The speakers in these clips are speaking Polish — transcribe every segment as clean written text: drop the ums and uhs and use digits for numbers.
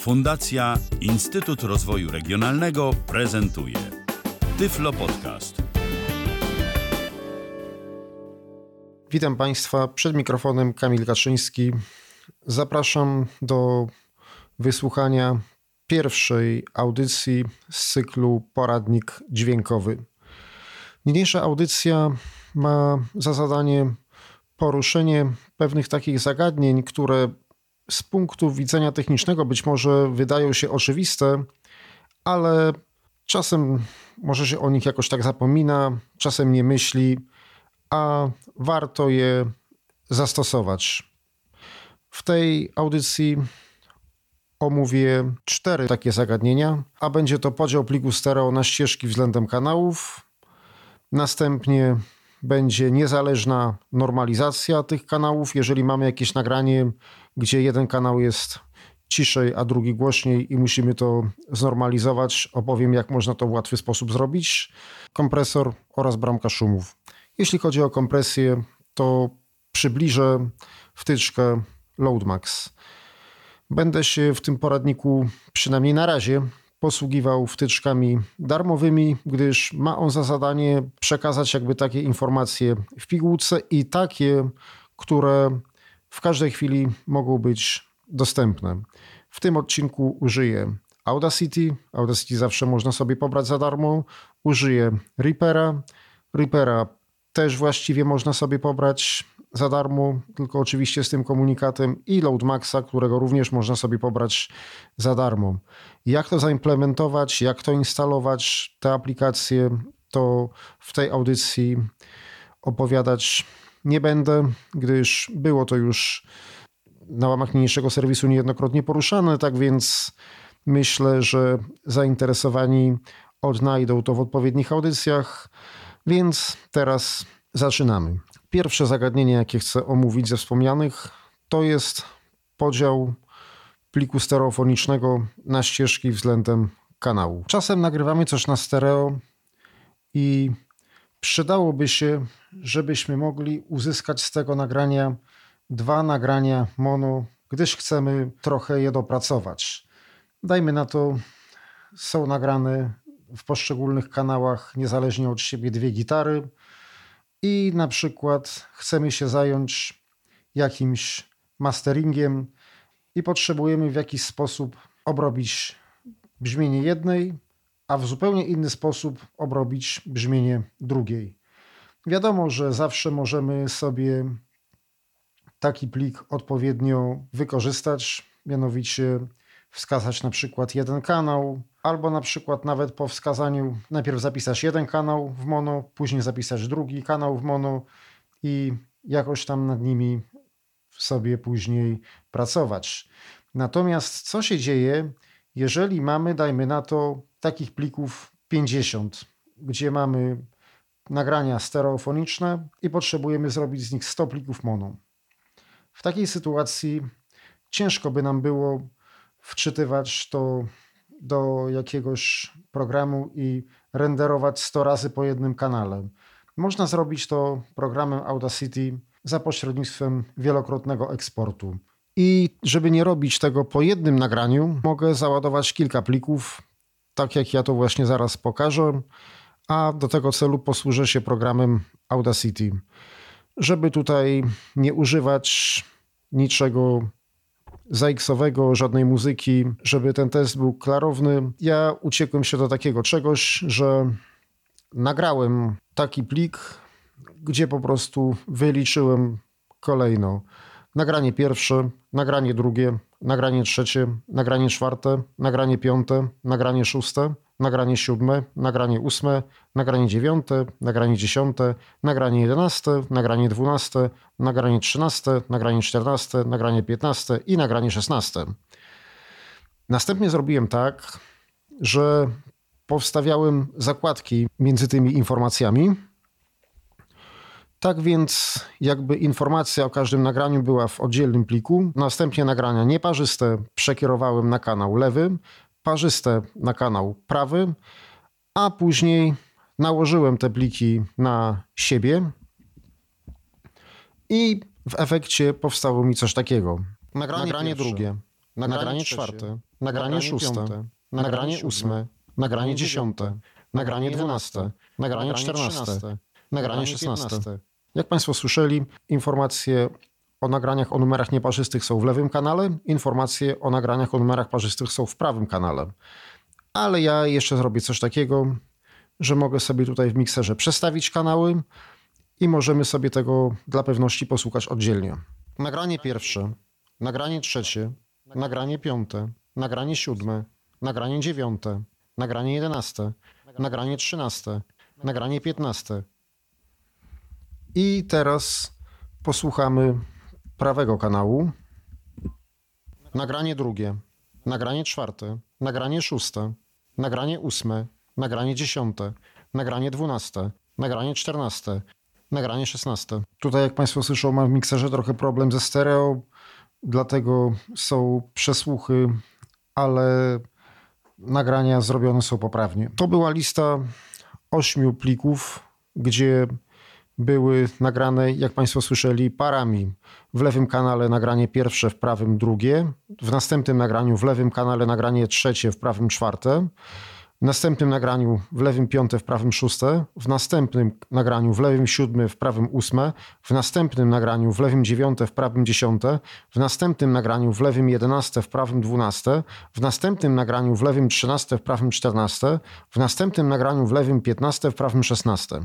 Fundacja Instytut Rozwoju Regionalnego prezentuje Tyflo Podcast. Witam Państwa, przed mikrofonem Kamil Kaczyński. Zapraszam do wysłuchania pierwszej audycji z cyklu Poradnik Dźwiękowy. Niniejsza audycja ma za zadanie poruszenie pewnych takich zagadnień, które z punktu widzenia technicznego być może wydają się oczywiste, ale czasem może się o nich jakoś tak zapomina, czasem nie myśli, a warto je zastosować. W tej audycji omówię 4 takie zagadnienia, a będzie to podział pliku stereo na ścieżki względem kanałów. Następnie będzie niezależna normalizacja tych kanałów. Jeżeli mamy jakieś nagranie, gdzie jeden kanał jest ciszej, a drugi głośniej i musimy to znormalizować, opowiem, jak można to w łatwy sposób zrobić. Kompresor oraz bramka szumów. Jeśli chodzi o kompresję, to przybliżę wtyczkę LoadMax. Będę się w tym poradniku, przynajmniej na razie, posługiwał wtyczkami darmowymi, gdyż ma on za zadanie przekazać jakby takie informacje w pigułce i takie, które w każdej chwili mogą być dostępne. W tym odcinku użyję Audacity. Audacity zawsze można sobie pobrać za darmo. Użyję Reapera. Reapera też właściwie można sobie pobrać za darmo, tylko oczywiście z tym komunikatem, i LoadMaxa, którego również można sobie pobrać za darmo. Jak to zaimplementować, jak to instalować, te aplikacje, to w tej audycji opowiadać nie będę, gdyż było to już na łamach niniejszego serwisu niejednokrotnie poruszane, tak więc myślę, że zainteresowani odnajdą to w odpowiednich audycjach, więc teraz zaczynamy. Pierwsze zagadnienie, jakie chcę omówić ze wspomnianych, to jest podział pliku stereofonicznego na ścieżki względem kanału. Czasem nagrywamy coś na stereo i przydałoby się, żebyśmy mogli uzyskać z tego nagrania 2 nagrania mono, gdyż chcemy trochę je dopracować. Dajmy na to, są nagrane w poszczególnych kanałach niezależnie od siebie 2 gitary i na przykład chcemy się zająć jakimś masteringiem i potrzebujemy w jakiś sposób obrobić brzmienie jednej, a w zupełnie inny sposób obrobić brzmienie drugiej. Wiadomo, że zawsze możemy sobie taki plik odpowiednio wykorzystać, mianowicie wskazać na przykład jeden kanał, albo na przykład nawet po wskazaniu najpierw zapisać jeden kanał w mono, później zapisać drugi kanał w mono i jakoś tam nad nimi sobie później pracować. Natomiast co się dzieje, jeżeli mamy, dajmy na to, takich plików 50, gdzie mamy nagrania stereofoniczne i potrzebujemy zrobić z nich 100 plików mono. W takiej sytuacji ciężko by nam było wczytywać to do jakiegoś programu i renderować 100 razy po jednym kanale. Można zrobić to programem Audacity za pośrednictwem wielokrotnego eksportu. I żeby nie robić tego po jednym nagraniu, mogę załadować kilka plików, tak jak ja to właśnie zaraz pokażę, a do tego celu posłużę się programem Audacity. Żeby tutaj nie używać niczego ZX-owego, żadnej muzyki, żeby ten test był klarowny, ja uciekłem się do takiego czegoś, że nagrałem taki plik, gdzie po prostu wyliczyłem kolejno nagranie pierwsze, nagranie drugie, nagranie trzecie, nagranie czwarte, nagranie piąte, nagranie szóste, nagranie 7, nagranie 8, nagranie 9, nagranie 10, nagranie 11, nagranie 12, nagranie 13, nagranie 14, nagranie 15 i nagranie 16. Następnie zrobiłem tak, że powstawiałem zakładki między tymi informacjami. Tak więc jakby informacja o każdym nagraniu była w oddzielnym pliku. Następnie nagrania nieparzyste przekierowałem na kanał lewy, parzyste na kanał prawy, a później nałożyłem te pliki na siebie i w efekcie powstało mi coś takiego. Nagranie drugie. nagranie czwarte, nagranie szóste, nagranie ósme, nagranie dziesiąte, nagranie 12, nagranie 14, nagranie 16. Jak Państwo słyszeli, informacje o nagraniach o numerach nieparzystych są w lewym kanale, informacje o nagraniach o numerach parzystych są w prawym kanale. Ale ja jeszcze zrobię coś takiego, że mogę sobie tutaj w mikserze przestawić kanały i możemy sobie tego dla pewności posłuchać oddzielnie. Nagranie pierwsze, nagranie trzecie, nagranie piąte, nagranie siódme, nagranie dziewiąte, nagranie 11, nagranie 13, nagranie 15. I teraz posłuchamy prawego kanału. Nagranie drugie, nagranie czwarte, nagranie szóste, nagranie ósme, nagranie 10, nagranie 12, nagranie 14, nagranie 16. Tutaj, jak Państwo słyszą, mam w mikserze trochę problem ze stereo, dlatego są przesłuchy, ale nagrania zrobione są poprawnie. To była lista 8 plików, gdzie były nagrane, jak Państwo słyszeli, parami. W lewym kanale nagranie pierwsze, w prawym drugie. W następnym nagraniu w lewym kanale nagranie trzecie, w prawym czwarte. W następnym nagraniu w lewym piąte, w prawym szóste. W następnym nagraniu w lewym siódme, w prawym ósme. W następnym nagraniu w lewym dziewiąte, w prawym dziesiąte. W następnym nagraniu w lewym 11, w prawym 12. W następnym nagraniu w lewym 13, w prawym 14. W następnym nagraniu w lewym 15, w prawym 16.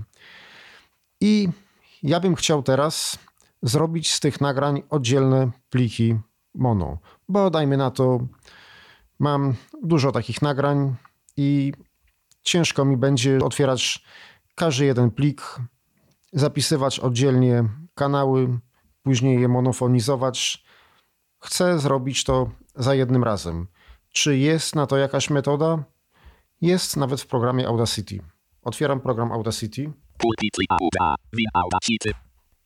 I ja bym chciał teraz zrobić z tych nagrań oddzielne pliki mono, bo dajmy na to, mam dużo takich nagrań i ciężko mi będzie otwierać każdy jeden plik, zapisywać oddzielnie kanały, później je monofonizować. Chcę zrobić to za jednym razem. Czy jest na to jakaś metoda? Jest nawet w programie Audacity. Otwieram program Audacity. Pulpitli Audacity.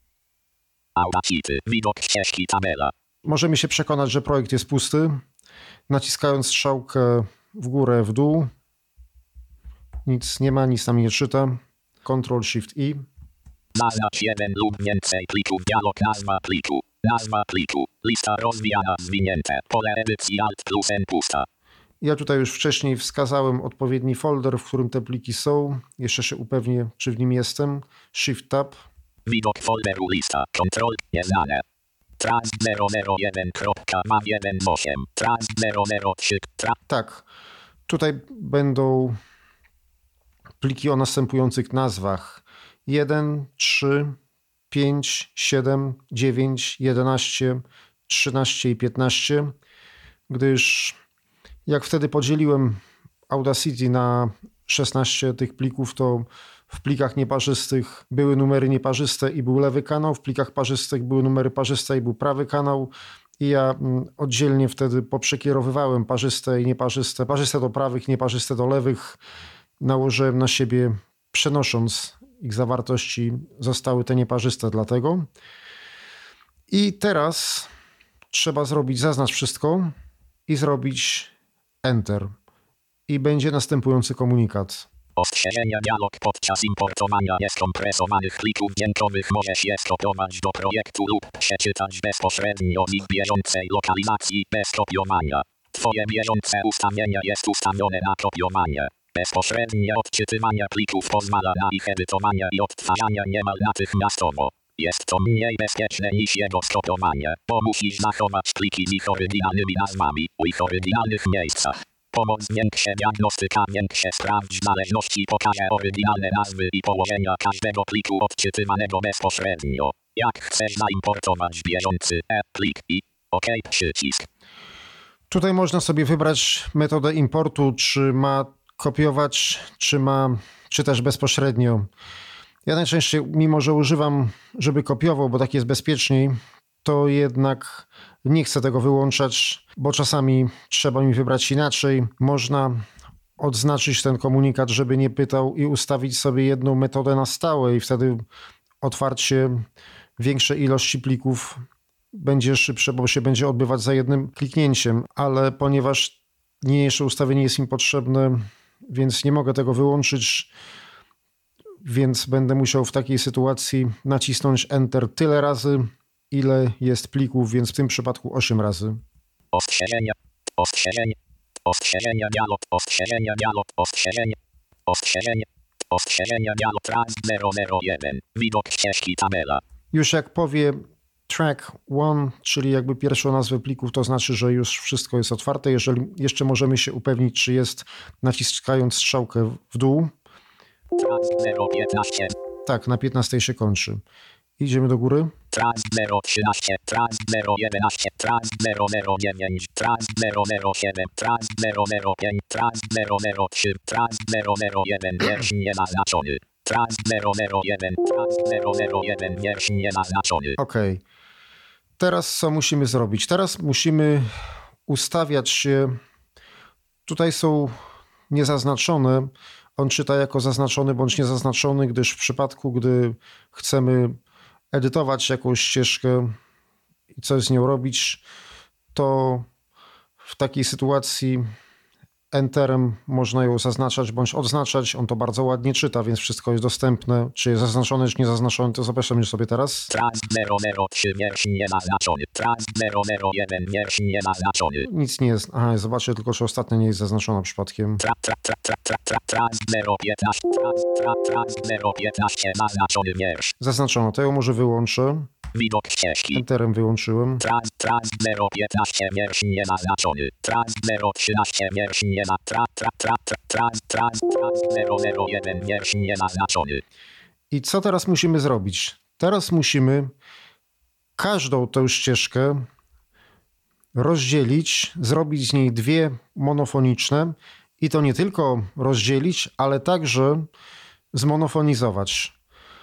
Audacity. Widok ścieżki tabela. Możemy się przekonać, że projekt jest pusty. Naciskając strzałkę w górę, w dół. Nic nie ma, nic nam nie czyta. Ctrl-Shift-I. Zaznacz jeden lub więcej plików. Dialog nazwa pliku. Nazwa pliku. Lista rozwijana zwinięte. Pole edycji Alt plus N pusta. Ja tutaj już wcześniej wskazałem odpowiedni folder, w którym te pliki są. Jeszcze się upewnię, czy w nim jestem. Shift-Tab. Widok folderu lista. Kontrol nieznane. Trans 001.218. Trans 003. Tak. Tutaj będą pliki o następujących nazwach. 1, 3, 5, 7, 9, 11, 13 i 15. Gdyż jak wtedy podzieliłem Audacity na 16 tych plików, to w plikach nieparzystych były numery nieparzyste i był lewy kanał, w plikach parzystych były numery parzyste i był prawy kanał i ja oddzielnie wtedy poprzekierowywałem parzyste i nieparzyste, parzyste do prawych, nieparzyste do lewych. Nałożyłem na siebie, przenosząc ich zawartości, zostały te nieparzyste dlatego. I teraz trzeba zrobić zaznacz wszystko i zrobić Enter. I będzie następujący komunikat. Ostrzeżenia dialog podczas importowania nieskompresowanych plików dźwiękowych możesz je skopiować do projektu lub przeczytać bezpośrednio z ich bieżącej lokalizacji bez kopiowania. Twoje bieżące ustawienie jest ustawione na kopiowanie. Bezpośrednie odczytywanie plików pozwala na ich edytowanie i odtwarzanie niemal natychmiastowo. Jest to mniej bezpieczne niż jego skopiowanie, bo musisz zachować pliki z ich oryginalnymi nazwami w ich oryginalnych miejscach. Pomoc większe diagnostyka, większe sprawdź zależności pokaże oryginalne nazwy i położenia każdego pliku odczytywanego bezpośrednio. Jak chcesz zaimportować bieżący plik i OK przycisk. Tutaj można sobie wybrać metodę importu, czy ma kopiować, czy też bezpośrednio. Ja najczęściej, mimo że używam, żeby kopiował, bo tak jest bezpieczniej, to jednak nie chcę tego wyłączać, bo czasami trzeba mi wybrać inaczej. Można odznaczyć ten komunikat, żeby nie pytał i ustawić sobie jedną metodę na stałe i wtedy otwarcie większej ilości plików będzie szybsze, bo się będzie odbywać za jednym kliknięciem, ale ponieważ niniejsze ustawienie jest im potrzebne, więc nie mogę tego wyłączyć, więc będę musiał w takiej sytuacji nacisnąć Enter tyle razy, ile jest plików, więc w tym przypadku 8 razy. Ostrzeżenia. Ostrzeżenie. Ostrzeżenia dialog. Ostrzeżenia dialog. Ostrzeżenie. Ostrzeżenie. Ostrzeżenia dialog. Track 001. Widok ścieżki tabela. Już jak powie track 1, czyli jakby pierwszą nazwę plików, to znaczy, że już wszystko jest otwarte. Jeżeli jeszcze możemy się upewnić, czy jest, naciskając strzałkę w dół. Track 015. Tak, na 15 się kończy. Idziemy do góry. Track 013. Track 011. Track 009. Track 007. Track 005. Track 003. Track 001. Wiersz niezaznaczony. Track 001. Track 001. Wiersz niezaznaczony. Okej. Teraz co musimy zrobić? Teraz musimy ustawiać się. Tutaj są niezaznaczone. On czyta jako zaznaczony bądź niezaznaczony, gdyż w przypadku, gdy chcemy edytować jakąś ścieżkę i coś z nią robić, to w takiej sytuacji Enterem można ją zaznaczać bądź odznaczać. On to bardzo ładnie czyta, więc wszystko jest dostępne. Czy jest zaznaczone, czy niezaznaczone, to zobaczymy sobie teraz. Track 003. Wiersz niezaznaczony. Track 001. Wiersz niezaznaczony. Nic nie jest. Aha, zobaczę tylko, czy ostatnia nie jest zaznaczona przypadkiem. Track 015. Track 015. Zaznaczony wiersz. Zaznaczono, to ją może wyłączę. Widok ścieżki. Enterem wyłączyłem. Track 015. Wiersz niezaznaczony. Track 013. Wiersz niezaznaczony. Track 001. Wiersz niezaznaczony. I co teraz musimy zrobić? Teraz musimy każdą tę ścieżkę rozdzielić, zrobić z niej dwie monofoniczne i to nie tylko rozdzielić, ale także zmonofonizować.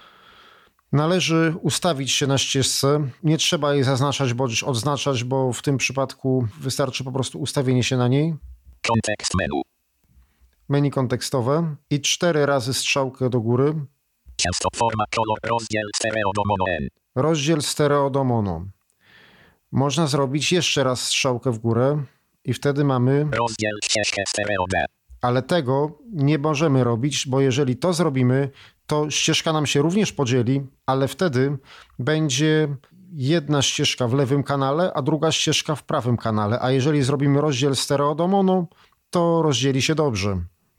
Należy ustawić się na ścieżce. Nie trzeba jej zaznaczać bądź odznaczać, bo w tym przypadku wystarczy po prostu ustawienie się na niej. Kontekst menu. Menu kontekstowe i 4 razy strzałkę do góry. Często forma kolor rozdziel stereo do mono N. Rozdziel stereo do mono. Można zrobić jeszcze raz strzałkę w górę i wtedy mamy... Rozdziel ścieżkę stereo D. Ale tego nie możemy robić, bo jeżeli to zrobimy, to ścieżka nam się również podzieli, ale wtedy będzie jedna ścieżka w lewym kanale, a druga ścieżka w prawym kanale. A jeżeli zrobimy rozdział stereo do mono, to rozdzieli się dobrze.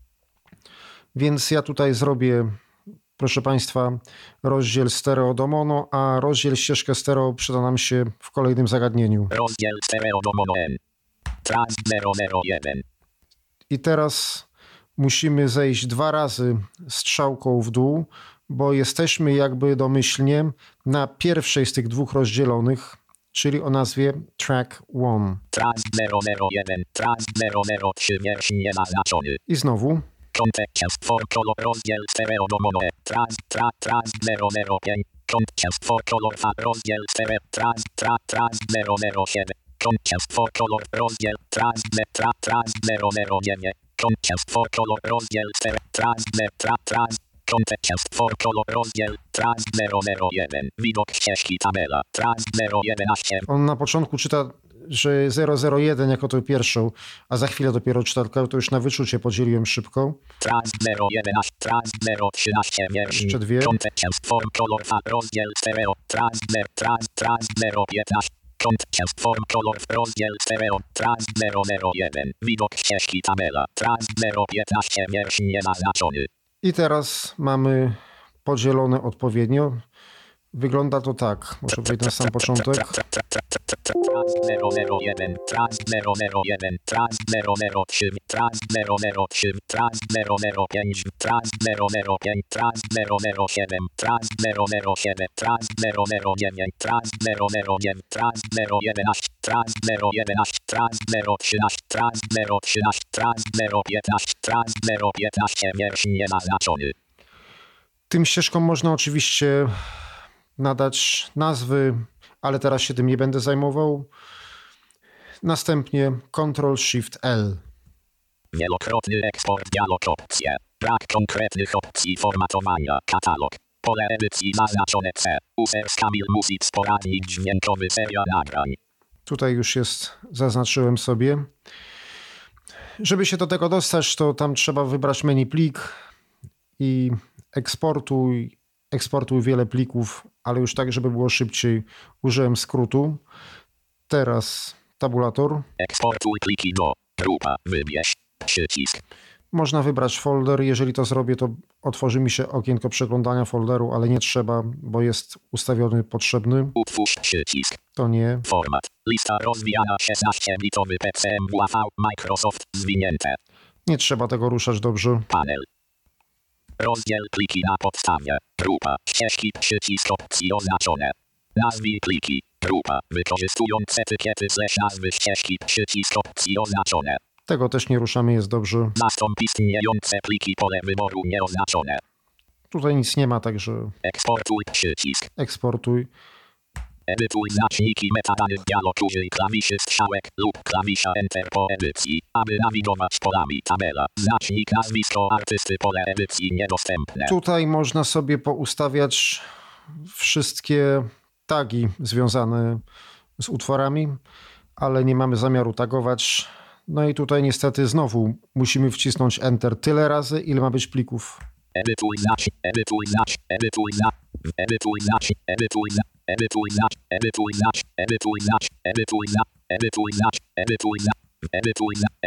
Więc ja tutaj zrobię, proszę Państwa, rozdział stereo do mono, a rozdział ścieżkę stereo przyda nam się w kolejnym zagadnieniu. Rozdział stereo do mono N. Track 001. I teraz musimy zejść 2 razy strzałką w dół, bo jesteśmy jakby domyślnie na pierwszej z tych dwóch rozdzielonych, czyli o nazwie Track 1. Track 001. Track 003. Wiersz niezaznaczony. I znowu. Context for color rozdział stereo do mono. Track 005. Context for color rozdział stereo. Track 007. Context for color rozdział track 009. Context for color rozdział track Context for color rozdział track 001. Widok ścieżki tabela. Track 011. On na początku czyta, że 001 jako to pierwszą, a za chwilę dopiero czyta, tylko to już na wyczucie podzieliłem szybko. Track 011. Track 013. Wiersz. Jeszcze dwie. Context for color rozdział stereo. Track 015. Context form kolor rozdział stereo. Track 001. Widok ścieżki tabela. Track 015. Wiersz niezaznaczony. I teraz mamy podzielone odpowiednio. Wygląda to tak. Może wejdę na sam początek. Track 001. Track 001. Track 003. Track 003. Track 005. Track 005. Track 007. Track 007. Track 009. Track 009. Track 011. Track 011. Track 013. Track 013. Track 015. Track 015. Wiersz niezaznaczony. Tym ścieżkom można oczywiście nadać nazwy, ale teraz się tym nie będę zajmował. Następnie Ctrl-Shift-L. Wielokrotny eksport dialog opcje. Brak konkretnych opcji formatowania. Katalog. Pole edycji zaznaczone C. Users Kamil Music poradnik dźwiękowy seria nagrań. Tutaj już jest, zaznaczyłem sobie. Żeby się do tego dostać, to tam trzeba wybrać menu plik i eksportuj wiele plików, ale już tak, żeby było szybciej. Użyłem skrótu. Teraz tabulator. Eksportuj pliki do. Grupa. Wybierz. Przycisk. Można wybrać folder. Jeżeli to zrobię, to otworzy mi się okienko przeglądania folderu, ale nie trzeba, bo jest ustawiony potrzebny. Utwórz przycisk. To nie. Format. Lista rozwijana 16-bitowy PCMWAV Microsoft zwinięte. Nie trzeba tego ruszać dobrze. Panel. Rozdziel pliki na podstawie. Grupa. Ścieżki. Przycisk opcji oznaczone. Nazwij pliki. Grupa. Wykorzystując etykiety / nazwy ścieżki. Przycisk opcji oznaczone. Tego też nie ruszamy, jest dobrze. Zastąp istniejące pliki pole wyboru nieoznaczone. Tutaj nic nie ma, także Eksportuj przycisk. eksportuj. Edytuj znaczniki metadanych dialog. Użyj klawiszy strzałek lub klawisza Enter po edycji, aby nawigować polami. Tabela. Znacznik nazwisko artysty. Pole edycji niedostępne. Tutaj można sobie poustawiać wszystkie tagi związane z utworami, ale nie mamy zamiaru tagować. No i tutaj niestety znowu musimy wcisnąć Enter tyle razy, ile ma być plików. Edytuj znacz, edytuj znacz, edytuj znacz, edytuj znacz, edytuj znacz, edytuj znacz, edytuj znacz, edytuj znacz, edytuj znacz, edytuj znacz, edytuj znacz, edytuj znacz,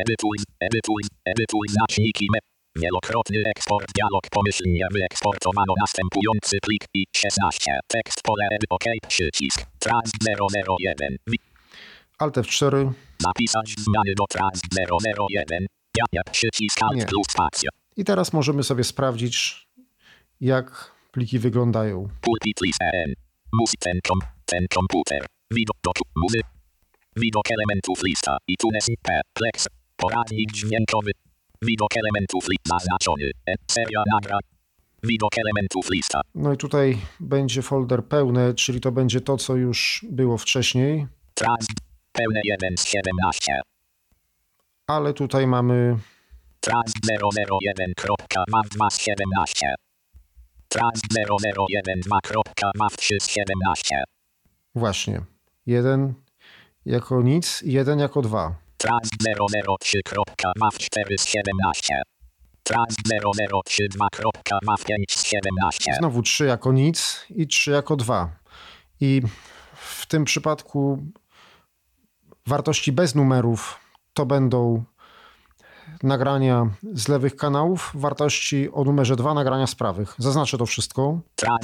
edytuj znaczniki me. Wielokrotny eksport dialog pomyślnie wyeksportowano następujący plik i 16. Tekst pole OK przycisk. Trans 001. Alt F4. Zapisać zmiany do trans 001. Ja przycisk Alt plus spacja. I teraz możemy sobie sprawdzić, jak pliki wyglądają. Pulpit list EN. Ten komputer. Widok do muzy. Widok elementów lista. iTunes P. Plex. Poradnik dźwiękowy. Widok elementów lista zaznaczony. Seria nagrań. Widok elementów lista. No i tutaj będzie folder pełny, czyli to będzie to, co już było wcześniej. Trans. Pełne 1 z 17. Ale tutaj mamy Trans 001.mav2 z 17. Trans 001.2.mav3 z 17. właśnie 1 jako nic i 1 jako 2. Trans 003.mav4 z 17. Trans 003.2.mav5 z 17. Znowu 3 jako nic i 3 jako 2. I w tym przypadku wartości bez numerów to będą nagrania z lewych kanałów, wartości o numerze 2 nagrania z prawych. Zaznaczę to wszystko.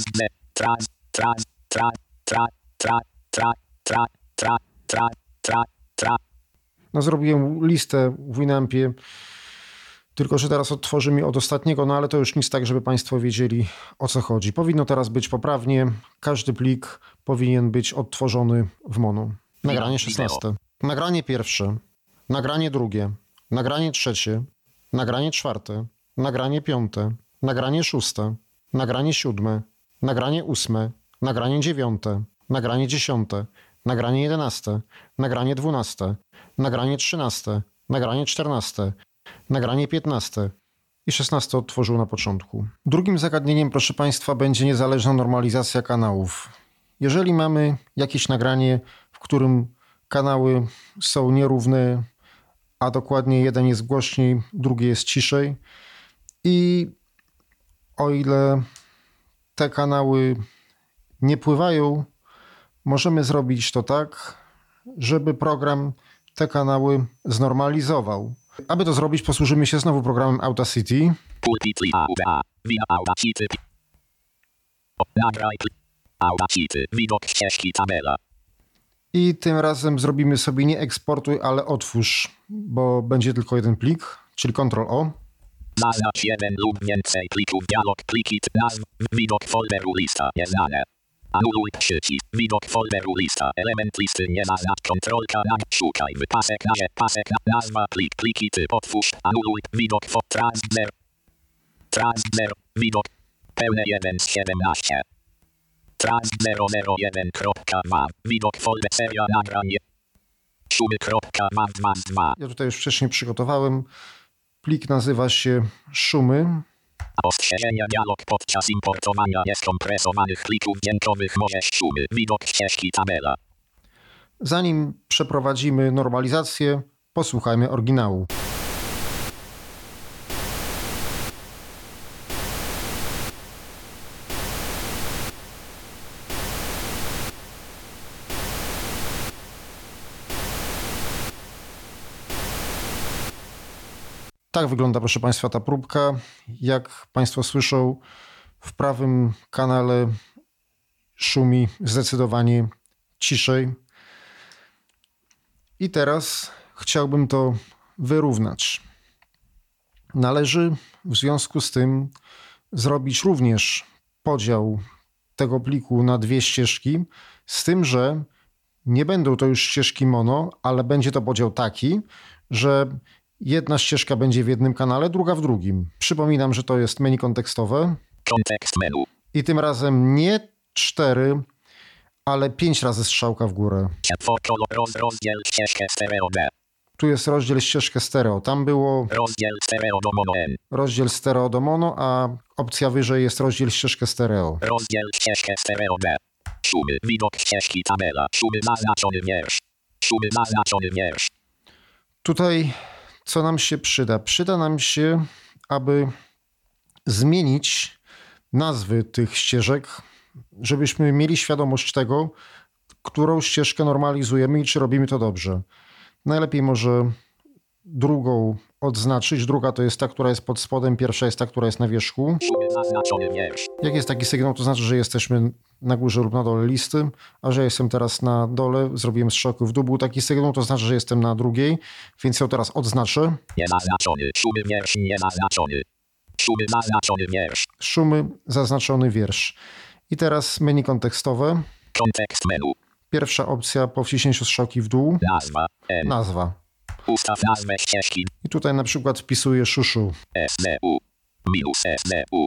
No, zrobiłem listę w Winampie, tylko że teraz otworzy mi od ostatniego, no ale to już nic, tak żeby Państwo wiedzieli, o co chodzi. Powinno teraz być poprawnie. Każdy plik powinien być odtworzony w mono. Nagranie 16. Nagranie pierwsze. Nagranie drugie. Nagranie trzecie. Nagranie czwarte. Nagranie piąte. Nagranie szóste. Nagranie siódme. Nagranie ósme. Nagranie dziewiąte. Nagranie 10. Nagranie 11. Nagranie 12. Nagranie 13. Nagranie 14. Nagranie 15. I 16 odtworzył na początku. Drugim zagadnieniem, proszę Państwa, będzie niezależna normalizacja kanałów. Jeżeli mamy jakieś nagranie, w którym kanały są nierówne, a dokładnie jeden jest głośniej, drugi jest ciszej, i o ile te kanały nie pływają, możemy zrobić to tak, żeby program te kanały znormalizował. Aby to zrobić, posłużymy się znowu programem Audacity. Widok ścieżki tabela. I tym razem zrobimy sobie nie eksportuj, ale otwórz, bo będzie tylko jeden plik, czyli Ctrl-O. Zaznacz jeden lub więcej plików, dialog, pliki, nazw, widok folderu, lista, nieznane. Anuluj przycisk, widok folderu, lista, element listy, nie zaznacz, kontrolka, szukaj, pasek, nazwa, plik, pliki, typ, otwórz, anuluj, widok, transfer, widok, pełne 1 z 17. Trans 001.mav, widok folder, seria nagrań, szumy.mav2. Ja tutaj już wcześniej przygotowałem. Plik nazywa się szumy. Ostrzeżenia, dialog podczas importowania nieskompresowanych plików dźwiękowych możesz szumy, widok ścieżki tabela. Zanim przeprowadzimy normalizację, posłuchajmy oryginału. Tak wygląda, proszę Państwa, ta próbka. Jak Państwo słyszą, w prawym kanale szumi zdecydowanie ciszej. I teraz chciałbym to wyrównać. Należy w związku z tym zrobić również podział tego pliku na dwie ścieżki, z tym, że nie będą to już ścieżki mono, ale będzie to podział taki, że jedna ścieżka będzie w jednym kanale, druga w drugim. Przypominam, że to jest menu kontekstowe. Kontekst menu. I tym razem nie 4, ale 5 razy strzałka w górę. Rozdziel ścieżkę stereo D. Tu jest rozdziel ścieżkę stereo. Tam było Rozdziel stereo do mono N. rozdziel stereo do mono, a opcja wyżej jest rozdziel ścieżkę stereo. Rozdziel ścieżkę stereo D. Szumy, widok ścieżki tabela. Szumy zaznaczony wiersz. Szumy zaznaczony wiersz. Tutaj co nam się przyda? Przyda nam się, aby zmienić nazwy tych ścieżek, żebyśmy mieli świadomość tego, którą ścieżkę normalizujemy i czy robimy to dobrze. Najlepiej może drugą odznaczyć. Druga to jest ta, która jest pod spodem, pierwsza jest ta, która jest na wierzchu. Jak jest taki sygnał, to znaczy, że jesteśmy na górze lub na dole listy, a że jestem teraz na dole, zrobiłem strzałkę w dół, był taki sygnał, to znaczy, że jestem na drugiej, więc ją teraz odznaczę. Niezaznaczony, szumy wiersz, niezaznaczony. Szumy zaznaczony wiersz. Szumy, zaznaczony wiersz. I teraz menu kontekstowe. Kontekst menu. Pierwsza opcja po wciśnięciu strzałki w dół. Nazwa. M. Nazwa. Ustaw nazwę ścieżki. I tutaj na przykład wpisuję szuszu. SDU. Minus SDU.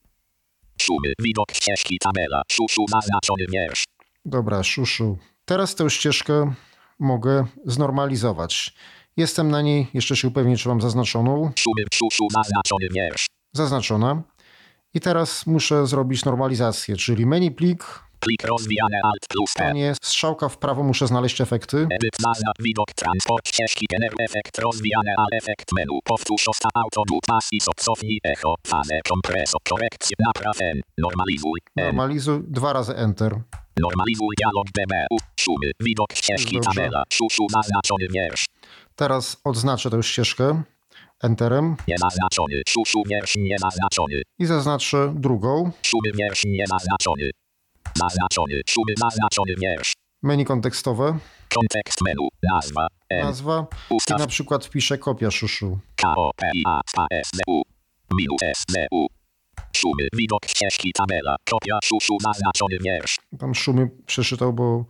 Szumy, widok ścieżki tabela. Szuszu zaznaczony wiersz. Dobra, szuszu. Teraz tę ścieżkę mogę znormalizować. Jestem na niej, jeszcze się upewnię, czy mam zaznaczoną. Szumy, szuszu zaznaczony wiersz. Zaznaczona. I teraz muszę zrobić normalizację, czyli menu plik. Plik rozwijany Alt plus P. Nie, strzałka w prawo, muszę znaleźć efekty. Edyt nazwa, widok, transport, ścieżki, generuj efekt, rozwijany Alt efekt menu. Powtórz osta, autodu, pasji, cofnij, echo, fazę, kompresor, korekcję, napraw N, normalizuj. N. Normalizuj, 2 razy Enter. Normalizuj dialog DBU. Szumy, widok ścieżki, Dobrze. tabela. Szuszu zaznaczony wiersz. Teraz odznaczę tę ścieżkę Enterem Niezaznaczony, szuszu wiersz, niezaznaczony. i zaznaczę drugą. Szumy wiersz, niezaznaczony. Zaznaczony, szumy zaznaczony wiersz. Menu kontekstowe, Kontekst menu, nazwa, M. nazwa i Ustaw na przykład wpiszę kopia szuszu. KOPIA, SDU. Minus SDU. Szumy, widok ścieżki, tabela. Kopia szuszu, zaznaczony wiersz. Tam szumy przeczytał, bo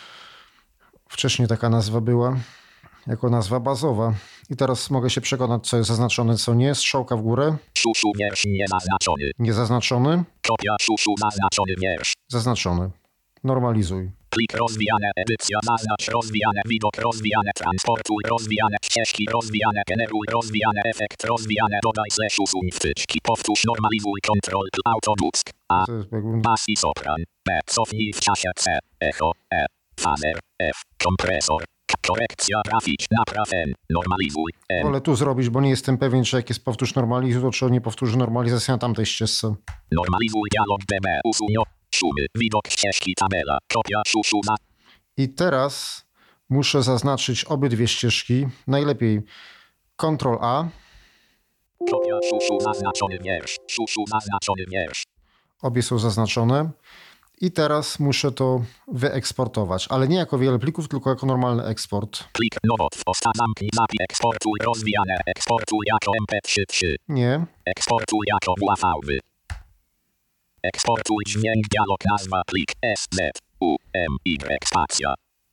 wcześniej taka nazwa była, jako nazwa bazowa. I teraz mogę się przekonać, co jest zaznaczone, co nie. Strzałka w górę, Szuszu wiersz, niezaznaczony. niezaznaczony, Kopia szuszu, zaznaczony wiersz. zaznaczony. Normalizuj. Plik rozwijane, edycja, zaznacz rozwijane, widok rozwijane, transportuj rozwijane, ścieżki rozwijane, generuj rozwijane, efekt rozwijane, dodaj slash usuń wtyczki, powtórz normalizuj, kontrol, autodusk, A, To jest jakby... bas i sopran, B, cofnij w czasie C, echo, E, fazer, F, kompresor, korekcja, trafić, napraw N, normalizuj, N, Wolę tu zrobić, bo nie jestem pewien, czy jak jest powtórz normalizuj, to czy on nie powtórzy normalizacja na tamtej ścieżce. normalizuj dialog DB, usuń, szumy, widok ścieżki, tabela, kopia szuszu na I teraz muszę zaznaczyć obydwie ścieżki. Najlepiej Ctrl-A. kopia szuszu, zaznaczony wiersz, szuszu, zaznaczony wiersz. Obie są zaznaczone. I teraz muszę to wyeksportować, ale nie jako wiele plików, tylko jako normalny eksport. Plik nowot, zamknij zapis, eksportuj rozwijane, eksportuj jako MP3, Nie. eksportuj jako WAV. Eksportuj dźwięk, dialog, nazwa, plik, SZUMY, spacja.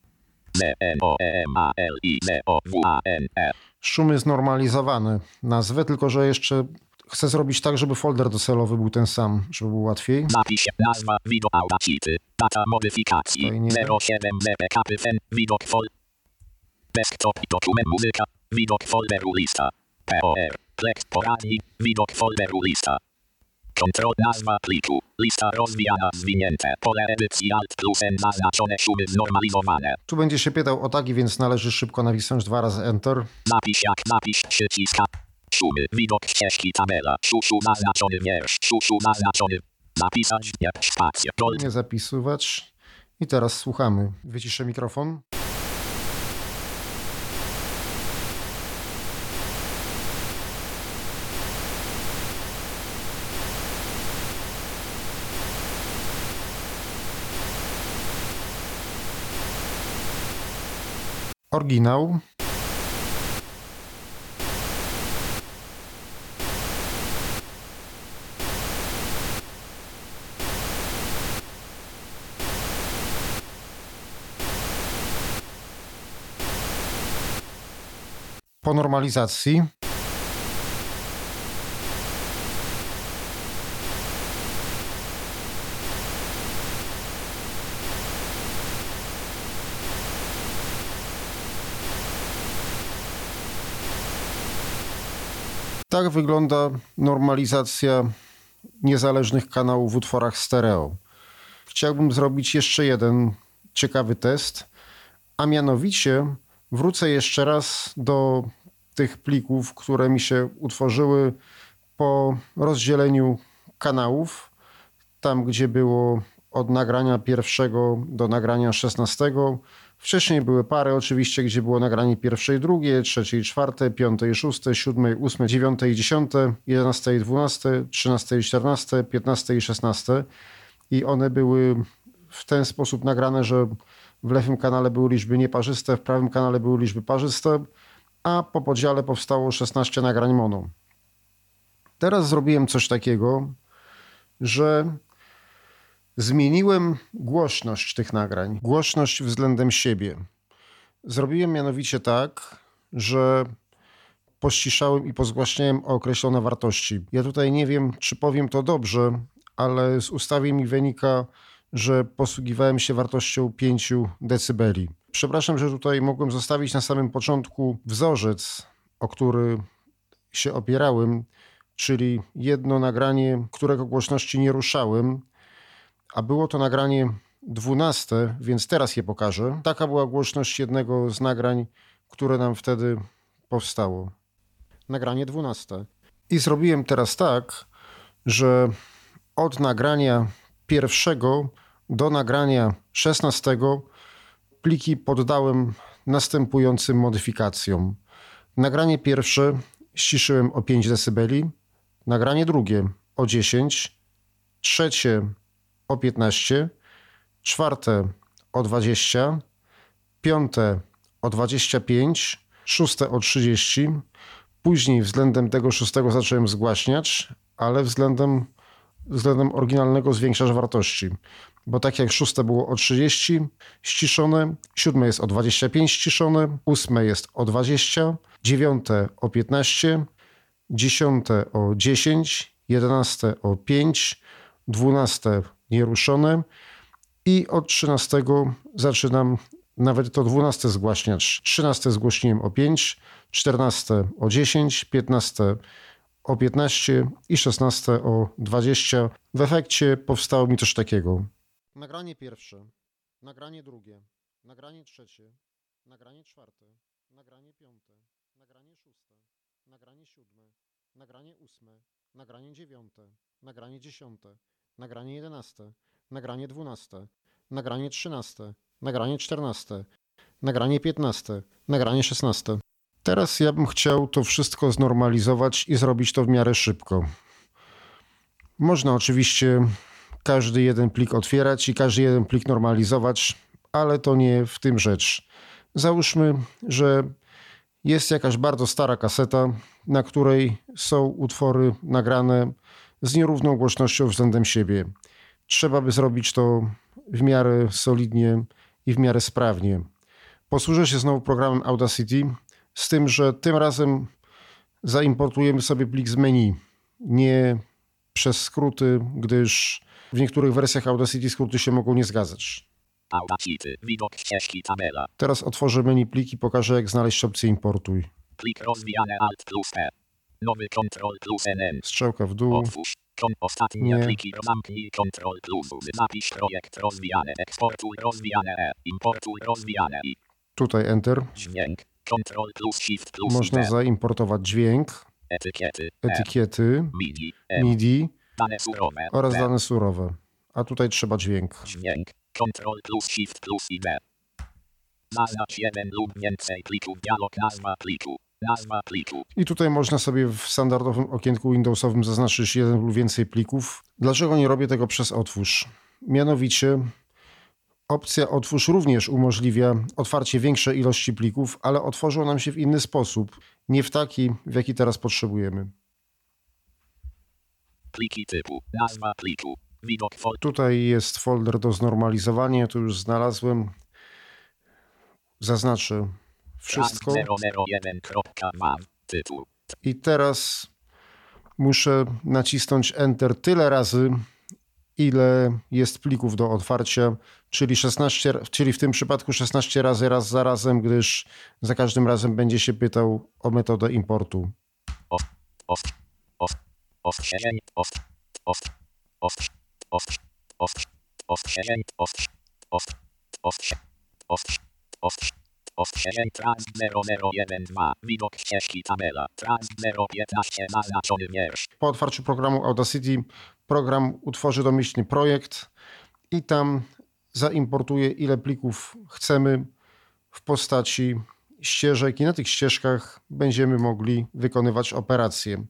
ZNOEMALIZOWANE. Szumy znormalizowane. Nazwę, tylko że jeszcze chcę zrobić tak, żeby folder docelowy był ten sam, żeby było łatwiej. Zapisz, nazwa, widok, audacity, data modyfikacji, Tutaj nie. 07 ZPKP, widok desktop, dokument, muzyka, widok folderu, lista, POR, plex, poradnik, widok folderu, lista. Kontrol, nazwa pliku, lista rozwijana, zwinięte, pole edycji Alt plus N, zaznaczone szumy znormalizowane. Tu będzie się pytał o tagi, więc należy szybko nacisnąć 2 razy Enter. Napisz przycisk. Szumy, widok ścieżki, tabela, szuszu zaznaczony wiersz, szuszu zaznaczony. Napisać, nie, spacja, gold. Nie zapisywać. I teraz słuchamy. Wyciszę mikrofon. Oryginał. Po normalizacji tak wygląda normalizacja niezależnych kanałów w utworach stereo. Chciałbym zrobić jeszcze jeden ciekawy test, a mianowicie wrócę jeszcze raz do tych plików, które mi się utworzyły po rozdzieleniu kanałów. Tam, gdzie było od nagrania pierwszego do nagrania 16. Wcześniej były pary oczywiście, gdzie było nagranie pierwsze i drugie, trzecie i czwarte, piąte i szóste, siódme i ósme, dziewiąte i dziesiąte, 11 i 12, 13 i 14, 15 i 16. I one były w ten sposób nagrane, że w lewym kanale były liczby nieparzyste, w prawym kanale były liczby parzyste, a po podziale powstało 16 nagrań mono. Teraz zrobiłem coś takiego, że zmieniłem głośność tych nagrań, głośność względem siebie. Zrobiłem mianowicie tak, że pościszałem i pozgłaśniałem o określone wartości. Ja tutaj nie wiem, czy powiem to dobrze, ale z ustawień mi wynika, że posługiwałem się wartością 5 decybeli. Przepraszam, że tutaj mogłem zostawić na samym początku wzorzec, o który się opierałem, czyli jedno nagranie, którego głośności nie ruszałem, a było to nagranie 12, więc teraz je pokażę. Taka była głośność jednego z nagrań, które nam wtedy powstało. Nagranie 12. I zrobiłem teraz tak, że od nagrania pierwszego do nagrania 16 pliki poddałem następującym modyfikacjom. Nagranie pierwsze ściszyłem o 5 dB, nagranie drugie o 10, trzecie o 15, czwarte o 20, piąte o 25, szóste o 30. Później względem tego szóstego zacząłem zgłaśniać, ale względem oryginalnego zwiększacz wartości. Bo tak jak szóste było o 30 ściszone, siódme jest o 25 ściszone, ósme jest o 20, dziewiąte o 15, dziesiąte o 10, 11 o 5, 12 nieruszone i od 13 zaczynam nawet to 12 zgłaśniacz. 13 zgłośniłem o 5, 14 o 10, 15 o 15 i 16 o 20. W efekcie powstało mi coś takiego. Nagranie pierwsze, nagranie drugie, nagranie trzecie, nagranie czwarte, nagranie piąte, nagranie szóste, nagranie siódme, nagranie ósme, nagranie dziewiąte, nagranie dziesiąte, nagranie 11, nagranie 12, nagranie 13, nagranie 14, nagranie 15, nagranie 16. Teraz ja bym chciał to wszystko znormalizować i zrobić to w miarę szybko. Można oczywiście każdy jeden plik otwierać i każdy jeden plik normalizować, ale to nie w tym rzecz. Załóżmy, że jest jakaś bardzo stara kaseta, na której są utwory nagrane z nierówną głośnością względem siebie. Trzeba by zrobić to w miarę solidnie i w miarę sprawnie. Posłużę się znowu programem Audacity, z tym, że tym razem zaimportujemy sobie plik z menu, nie przez skróty, gdyż w niektórych wersjach Audacity skróty się mogą nie zgadzać. Audacity, widok ścieżki tabela. Teraz otworzę menu plik i pokażę, jak znaleźć opcję importuj. Plik rozwijane Alt plus T. Nowy Ctrl plus NN. Strzałka w dół. Otwórz. Ostatnie Nie. pliki zamknij Ctrl plus. Zapisz projekt rozwijane. Eksportuj rozwijane E. Importuj rozwijane I. Tutaj Enter. Dźwięk. Ctrl plus Shift plus Można I. zaimportować dźwięk, Etykiety. etykiety, MIDI. MIDI Dane surowe. oraz D. dane surowe. A tutaj trzeba dźwięk. Dźwięk. Ctrl plus Shift plus I D. Zaznacz jeden lub więcej plików. Dialog nazwa pliku. Nazwa pliku. I tutaj można sobie w standardowym okienku Windowsowym zaznaczyć jeden lub więcej plików. Dlaczego nie robię tego przez otwórz? Mianowicie Opcja Otwórz również umożliwia otwarcie większej ilości plików, ale otworzą nam się w inny sposób, nie w taki, w jaki teraz potrzebujemy. Pliki typu. Nazwa pliku. Widok folder. Tutaj jest folder do znormalizowania, tu już znalazłem. Zaznaczę wszystko. 001.wav. Tytuł. I teraz muszę nacisnąć Enter tyle razy, ile jest plików do otwarcia, czyli w tym przypadku 16 razy raz za razem, gdyż za każdym razem będzie się pytał o metodę importu. Trans 0012. Widok ścieżki tabela. Trans 015. Zaznaczony wiersz. Po otwarciu programu Audacity program utworzy domyślny projekt i tam zaimportuje ile plików chcemy w postaci ścieżek i na tych ścieżkach będziemy mogli wykonywać operacje.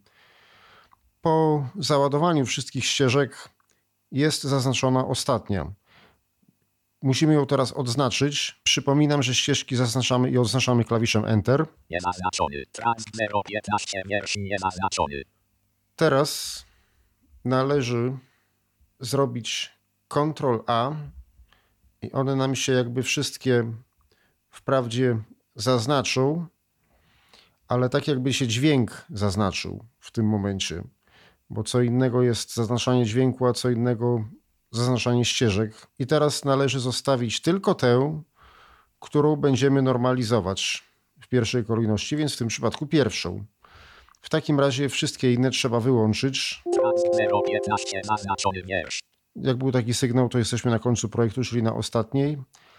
Po załadowaniu wszystkich ścieżek jest zaznaczona ostatnia. Musimy ją teraz odznaczyć. Przypominam, że ścieżki zaznaczamy i odznaczamy klawiszem Enter. Niezaznaczony. Trans 015. Wiersz niezaznaczony. Teraz należy zrobić Ctrl+A i one nam się jakby wszystkie wprawdzie zaznaczą, ale tak jakby się dźwięk zaznaczył w tym momencie, bo co innego jest zaznaczanie dźwięku, a co innego zaznaczanie ścieżek. I teraz należy zostawić tylko tę, którą będziemy normalizować w pierwszej kolejności, więc w tym przypadku pierwszą. W takim razie wszystkie inne trzeba wyłączyć. Trans 015. Zaznaczony wiersz. Jak był taki sygnał, to jesteśmy na końcu projektu, czyli na ostatniej.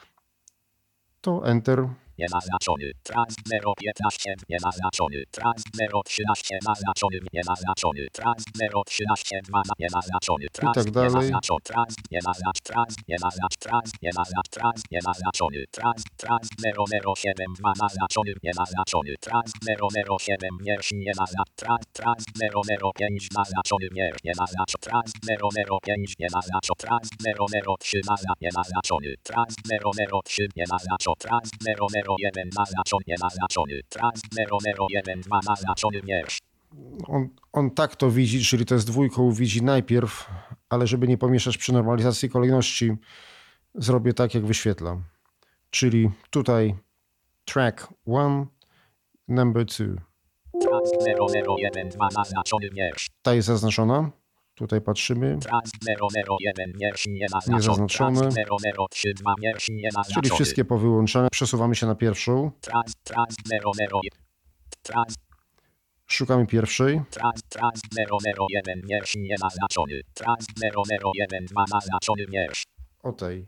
To Enter. Niezaznaczony. Trans 015. Niezaznaczony. Trans 013. Zaznaczony. Niezaznaczony. Trans 013. 2. Niezaznaczony. Trans tak dalej. niezaznaczony. Trans niezaznaczony. Trans niezaznaczony. Trans niezaznaczony. Trans niezaznaczony. Trans 007. 2. Zaznaczony. Niezaznaczony. Trans 007. Wiersz niezaznaczony. Trans 005. Zaznaczony wiersz niezaznaczony. Trans 005. Niezaznaczony. Trans 003. Niezaznaczony. Trans 003. Niezaznaczony. Trans 001 zaznaczony, niezaznaczony. Trans 001 2 zaznaczony wiersz. On tak to widzi, czyli to jest dwójką, widzi najpierw, ale żeby nie pomieszać przy normalizacji kolejności, zrobię tak, jak wyświetlam. Czyli tutaj track 1, number 2. Trans 001 2 zaznaczony wiersz. Ta jest zaznaczona. Tutaj patrzymy. Trans 001 wiersz niezaznaczony. Niezaznaczony. Trans 003 2 wiersz niezaznaczony. Czyli wszystkie powyłączane. Przesuwamy się na pierwszą. Trans 001. Trans. Szukamy pierwszej. Trans 001 wiersz niezaznaczony. Trans 001 2 zaznaczony wiersz. O tej.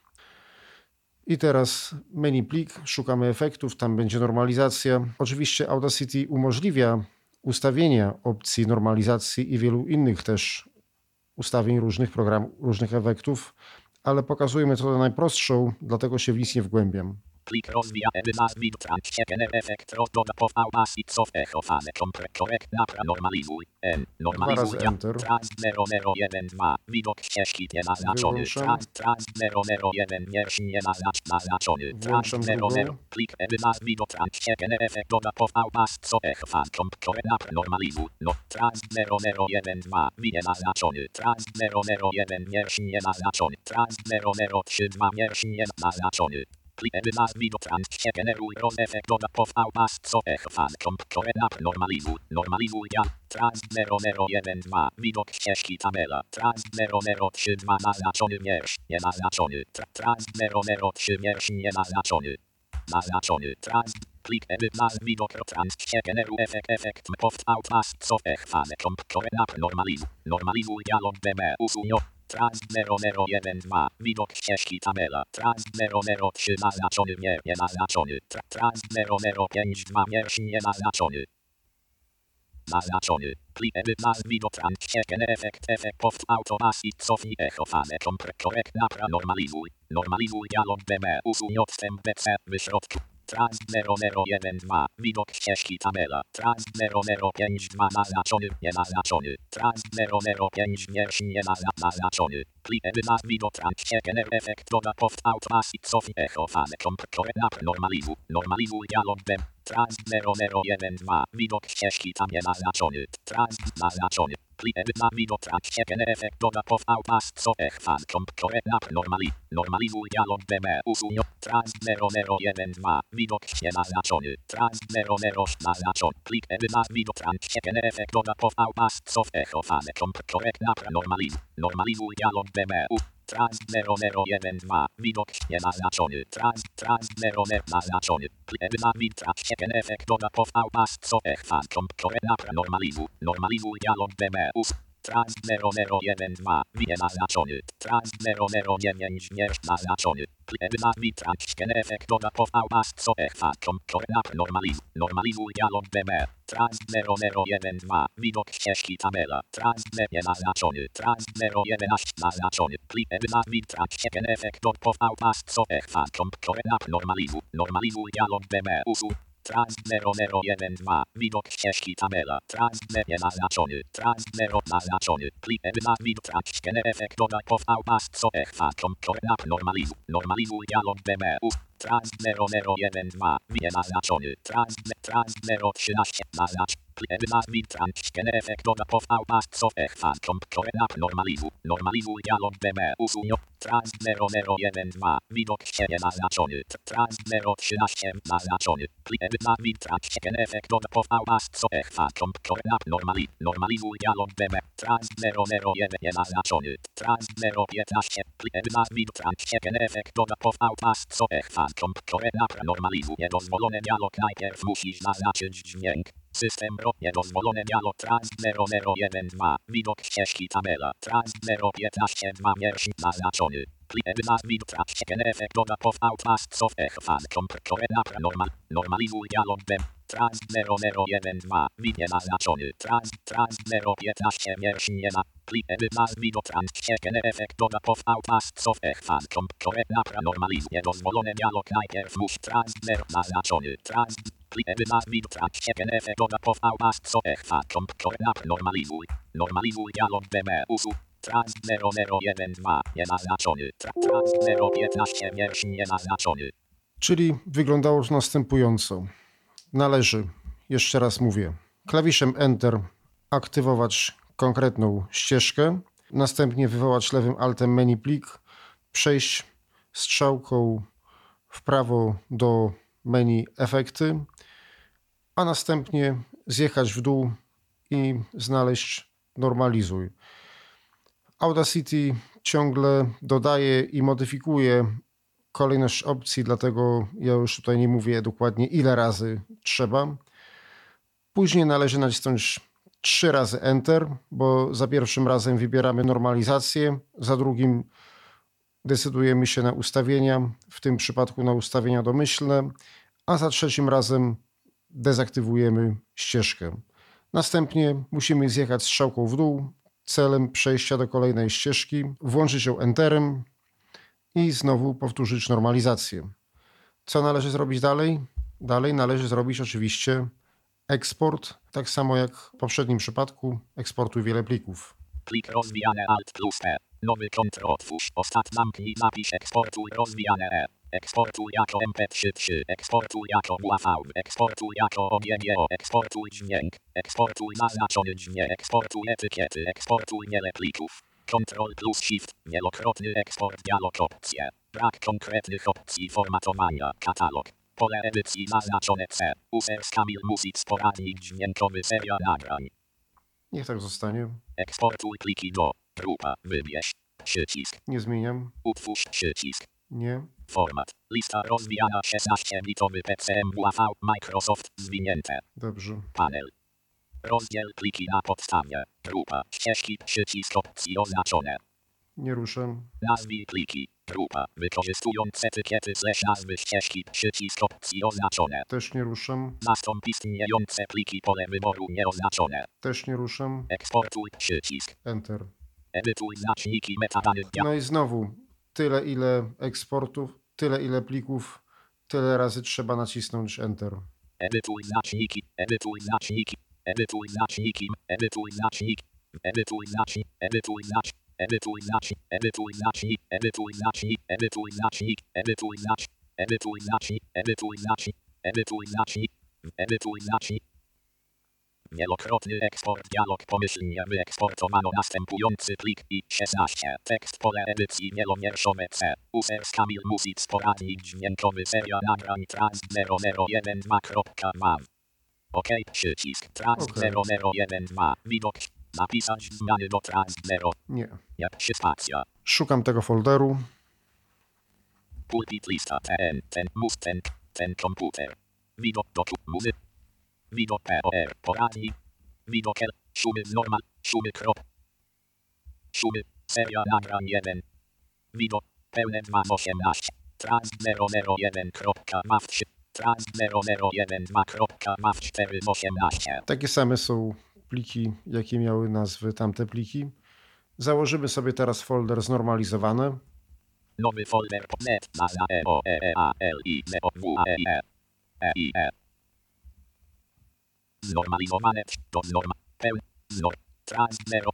I teraz menu plik, szukamy efektów, tam będzie normalizacja. Oczywiście Audacity umożliwia ustawienia opcji normalizacji i wielu innych też ustawień różnych programów, różnych efektów, ale pokazuję metodę najprostszą, dlatego się w nic nie wgłębiam. Plik rozwija wid transgener efekt rozdoda powstał asit soft echo fane korekt napra normalizuj normalizuj trans 001 2 widok ścieżki niezaznaczony trans 001 wiersz niezaznaczony trans 00 plik widok transgener efekt doda powstał asit soft echo fan korekt napra normalizuj trans 001 2 niezaznaczony trans 001 wiersz niezaznaczony trans 003 2 wiersz niezaznaczony. Widok transgeneruj rozefekt doda powstał pas co echo fan korekt normalizuj trans 001 2 widok ścieżki tabela trans 003 2 zaznaczony wiersz niezaznaczony trans 003 wiersz niezaznaczony zaznaczony trans plik widok transgeneruj efekt powstał pas co echo fan korekt normalizuj dialog bb usuń trans 001 2 widok ścieżki tabela trans 003 zaznaczony niezaznaczony trans 005 2 wiersz niezaznaczony zaznaczony plik widok transgener efekt powstał automatic cofnij echo fane korekt napra normalizuj dialog bb usuń odstęp bc wyśrodku Trans 0012. Widok ścieżki tabela. Trans 0052 naznaczony, nienaznaczony. Trans 005 wiersz nienaznaczony. Plik edyta widok trans siekener efekt doda post out mass sof echo fane komp normalizuj dialog dem. Trans 0012. Widok ścieżki tam nienaznaczony. Trans naznaczony. Plik edyta widok trans siekener efekt doda post out mass sof echo fan komp normalizuj dialog dem. Usuń trans 0012. Widok nienaznaczony. Trans 00 naznaczony. Plik edyta widok trans siekener efekt doda post out mass sof echo fane komp normalizuj dialog dem. Trans 0012. Widok nienaznaczony. Trans 00 naznaczony. Plik edyta widok trans siekener efekt doda post out mass sof echo fan komp normalizuj dialog dem. Trans 0012. Nienaznaczony. Trans 009 wiersz naznaczony. Plik edyta widok trans siekener efekt doda post out mass sof echo fan komp normalizuj dialog dem. Trans 0012. Widok ścieżki tabela. Trans nienaznaczony. Trans 011 naznaczony. Plik edyta widok trans siekener efekt doda post out mass sof echo fan komp normalizuj dialog dem. Trans 0012. Widok ścieżki tabela. Trans nienaznaczony. Trans 0 naznaczony. Plik edyta widok trans siekener efekt doda post out mass sof echo fan komp normalizuj dialog dem. Trans 0012. Nienaznaczony. Trans 013 naznacz. Plik edyta widok trans siekener efekt doda post out mass sof echo fan komp normalizuj dialog dem. Usuń trans 0012. Widok nienaznaczony. Trans 013 naznaczony. Plik edyta widok trans siekener efekt doda post out mass sof echo fan komp normalizuj dialog dem. Trans 001 nienaznaczony. Trans 015. Plik edyta widok trans siekener efekt doda post out mass sof echo fan komp normalizuj. Niedozwolony dialog. Najpierw musisz naznaczyć dźwięk. System niedozwolony dialog. Trans 0012. Widok ścieżki tabela. Trans 015 2 wiersz naznaczony. Plik edyta widok trans siekener efekt doda post out mass sof echo fan komp normalizuj dialog dem. Trans 0012. Nienaznaczony. Trans 015 wiersz niena. Plik edyta widok trans siekener efekt doda post out mass sof echo fan komp normalizuj. Niedozwolony dialog. Najpierw musi trans 0 naznaczony. Trans plik edyta widok trans siekener efekt doda post out mass sof echo fan komp normalizuj dialog dem. Trans 0012. Nienaznaczony. Trans 015 wiersz nienaznaczony. Czyli wyglądało to następująco. Należy, jeszcze raz mówię, klawiszem Enter aktywować konkretną ścieżkę, następnie wywołać lewym Altem menu plik, przejść strzałką w prawo do menu efekty, a następnie zjechać w dół i znaleźć normalizuj. Audacity ciągle dodaje i modyfikuje kolejność opcji, dlatego ja już tutaj nie mówię dokładnie ile razy trzeba. Później należy nacisnąć 3 razy Enter, bo za pierwszym razem wybieramy normalizację, za drugim decydujemy się na ustawienia, w tym przypadku na ustawienia domyślne, a za trzecim razem dezaktywujemy ścieżkę. Następnie musimy zjechać strzałką w dół celem przejścia do kolejnej ścieżki, włączyć ją Enterem i znowu powtórzyć normalizację. Co należy zrobić dalej? Dalej należy zrobić oczywiście eksport, tak samo jak w poprzednim przypadku, eksportuj wiele plików. Plik rozwijane Alt plus E. Nowy kontrol otwórz. Ostat zamknij zapisz eksportuj rozwijane E. Eksportuj jako MP3. Eksportuj jako WAV. Eksportuj jako OGGO. Eksportuj dźwięk. Eksportuj naznaczony dźwięk. Eksportuj etykiety. Eksportuj wiele plików. Ctrl plus Shift. Wielokrotny eksport dialog opcje. Brak konkretnych opcji formatowania. Katalog. Pole edycji naznaczone C. Users Kamil Music poradnik dźwiękowy seria nagrań. Niech tak zostanie. Eksportuj pliki do. Grupa. Wybierz. Przycisk. Nie zmieniam. Utwórz przycisk. Nie. Format. Lista rozwijana 16-bitowy PCM WAV Microsoft zwinięte. Dobrze. Panel. Rozdziel pliki na podstawie. Grupa. Ścieżki. Przycisk opcji oznaczone. Nie ruszę. Nazwij pliki. Grupa. Wykorzystując etykiety / nazwy ścieżki. Przycisk opcji oznaczone. Też nie ruszę. Nastąp istniejące pliki. Pole wyboru nieoznaczone. Też nie ruszę. Eksportuj. Przycisk. Enter. Edytuj znaczniki metadanych. No i znowu tyle ile eksportów, tyle ile plików, Tyle razy trzeba nacisnąć Enter. Edytuj znaczniki, edytuj znaczniki, edytuj znaczniki, edytuj znacznik, edytuj znacznik, edytuj znacznik, edytuj znacznik, edytuj znacznik, edytuj znacznik, edytuj znacznik, edytuj znacznik, edytuj znacznik, edytuj znacznik, edytuj znacznik, edytuj znacznik. Wielokrotny eksport dialog pomyślnie wyeksportowano następujący plik i 16. Tekst pole edycji wielowierszowe C. Users Kamil Music poradnik dźwiękowy seria nagrań Trans 0012.wav. OK, przycisk Trans 0012. Widok. Zapisać zmiany do Trans 0. Nie. Jak się spacja. Szukam tego folderu. Pulpit lista ten komputer. Widok doku muzy. Widok POR poradnik. Widok L. Szumy normal. Szumy krop. Szumy. Seria nagrań 1. Widok. Pełne 2.18. Trans 001.wav3. Trans 001.2.wav 4.18. Takie same są pliki, jakie miały nazwy tamte pliki. Założymy sobie teraz folder znormalizowany. Nowy folder net baza EOEALI Znormalizowane do norma pełne trans 0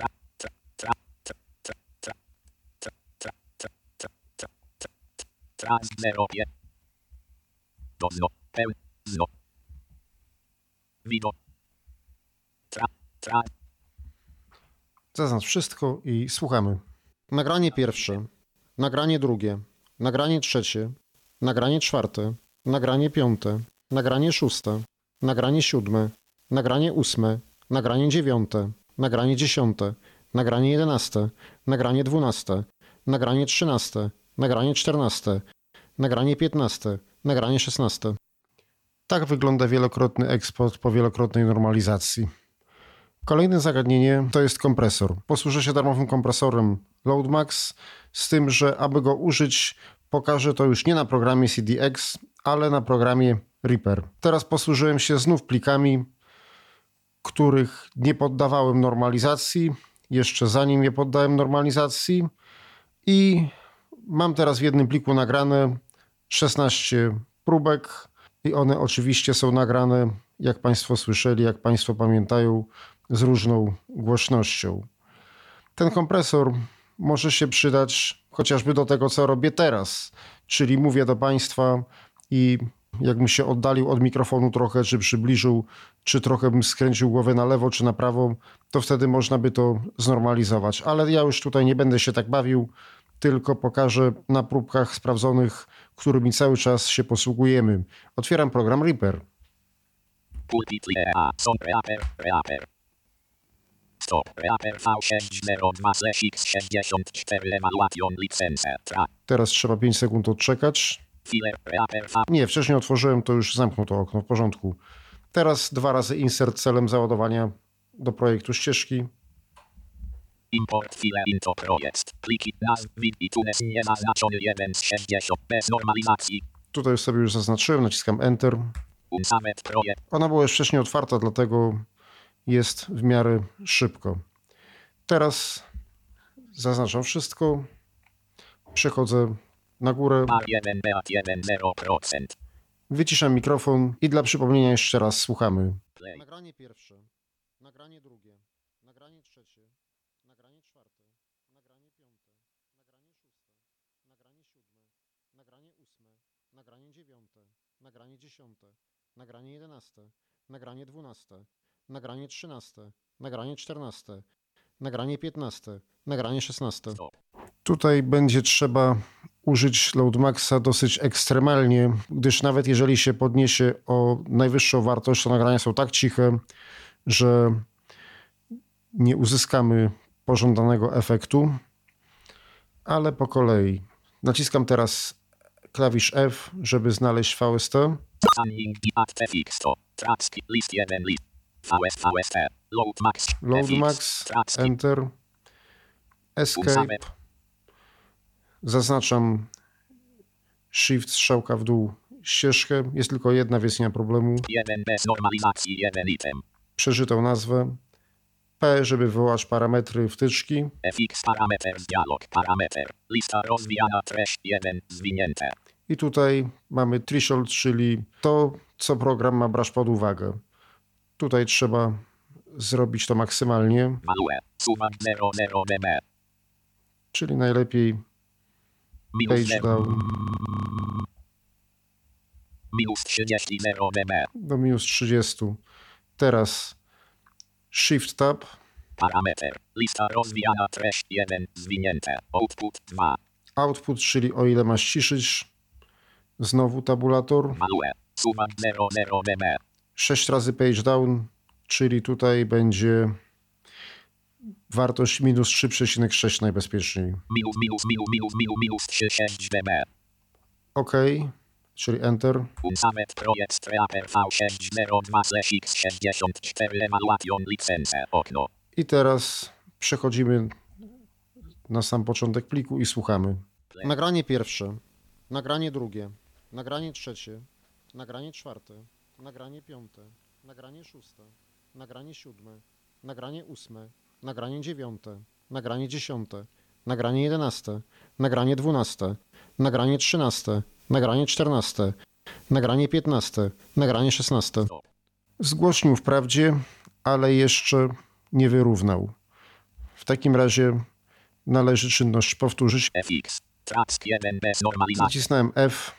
trans 0 do pełne widok Zaznacz wszystko i słuchamy. Nagranie pierwsze, nagranie drugie, nagranie trzecie, nagranie czwarte, nagranie piąte, nagranie szóste, nagranie siódme, nagranie ósme, nagranie dziewiąte, nagranie dziesiąte, nagranie 11, nagranie 12, nagranie 13, nagranie 14, nagranie 15, nagranie 16. Tak wygląda wielokrotny eksport po wielokrotnej normalizacji. Kolejne zagadnienie to jest kompresor. Posłużę się darmowym kompresorem LoadMax, z tym, że aby go użyć, pokażę to już nie na programie CDX, ale na programie Reaper. Teraz posłużyłem się znów plikami, których nie poddawałem normalizacji, jeszcze zanim je poddałem normalizacji, i mam teraz w jednym pliku nagrane 16 próbek i one oczywiście są nagrane, jak Państwo słyszeli, jak Państwo pamiętają, z różną głośnością. Ten kompresor może się przydać chociażby do tego, co robię teraz, czyli mówię do Państwa i jakbym się oddalił od mikrofonu trochę, czy przybliżył, czy trochę bym skręcił głowę na lewo, czy na prawo, to wtedy można by to znormalizować. Ale ja już tutaj nie będę się tak bawił, tylko pokażę na próbkach sprawdzonych, którymi cały czas się posługujemy. Otwieram program Reaper. Pulpit Reaper. Stop. Reaper V602/X64 Evaluation License. Teraz trzeba 5 sekund odczekać. Nie, wcześniej otworzyłem, to już zamknął to okno, w porządku. Teraz 2 razy insert celem załadowania do projektu ścieżki. Import file into projekt. Pliki nazw i tunes niezaznaczony 1 z 60 bez normalizacji. Tutaj sobie już zaznaczyłem, naciskam Enter. Unsamet projekt. Ona była już wcześniej otwarta, dlatego jest w miarę szybko. Teraz zaznaczam wszystko. Przechodzę na górę. Wyciszam mikrofon i dla przypomnienia jeszcze raz słuchamy. Play. Nagranie pierwsze, nagranie drugie, nagranie trzecie, nagranie czwarte, nagranie piąte, nagranie szóste, nagranie siódme, nagranie ósme, nagranie dziewiąte, nagranie dziesiąte, nagranie 11, nagranie 12, nagranie 13, nagranie 14, nagranie 15, nagranie 16. Tutaj będzie trzeba użyć LoadMaxa dosyć ekstremalnie, gdyż nawet jeżeli się podniesie o najwyższą wartość, to nagrania są tak ciche, że nie uzyskamy pożądanego efektu, ale po kolei. Naciskam teraz klawisz F, żeby znaleźć VST. LoadMax, Enter, Escape. Zaznaczam Shift, strzałka w dół, ścieżkę. Jest tylko jedna, więc nie ma problemu. 1 bez normalizacji, 1 item. Przeczytał nazwę. P, żeby wywołać parametry wtyczki. FX parameter dialog parameter. Lista rozwijana treść 1 zwinięte. I tutaj mamy threshold, czyli to, co program ma brać pod uwagę. Tutaj trzeba zrobić to maksymalnie, Value. Suwak 00 dB. czyli najlepiej Minus page 0. down Minus 30 0 dB. do minus 30. Teraz Shift Tab, Parametr. Lista rozwijana treść 1. Zwinięte. Output 2. output, czyli o ile masz ciszyć. Znowu tabulator. Value. Suwak 00 dB. 6 razy page down, czyli tutaj będzie wartość minus 3,6 najbezpieczniej. Minus 3,6 dB. OK, czyli Enter. Unsavet projekt Treaper V602/X64 Evaluation License. Okno. I teraz przechodzimy na sam początek pliku i słuchamy. Nagranie pierwsze, nagranie drugie, nagranie trzecie, nagranie czwarte, nagranie piąte, nagranie szóste, nagranie siódme, nagranie ósme, nagranie dziewiąte, nagranie dziesiąte, nagranie 11, nagranie 12, nagranie 13, nagranie 14, nagranie 15, nagranie 16. Zgłośnił wprawdzie, ale jeszcze nie wyrównał. W takim razie należy czynność powtórzyć. FX. Track 1 bez normalizacji. Nacisnąłem F.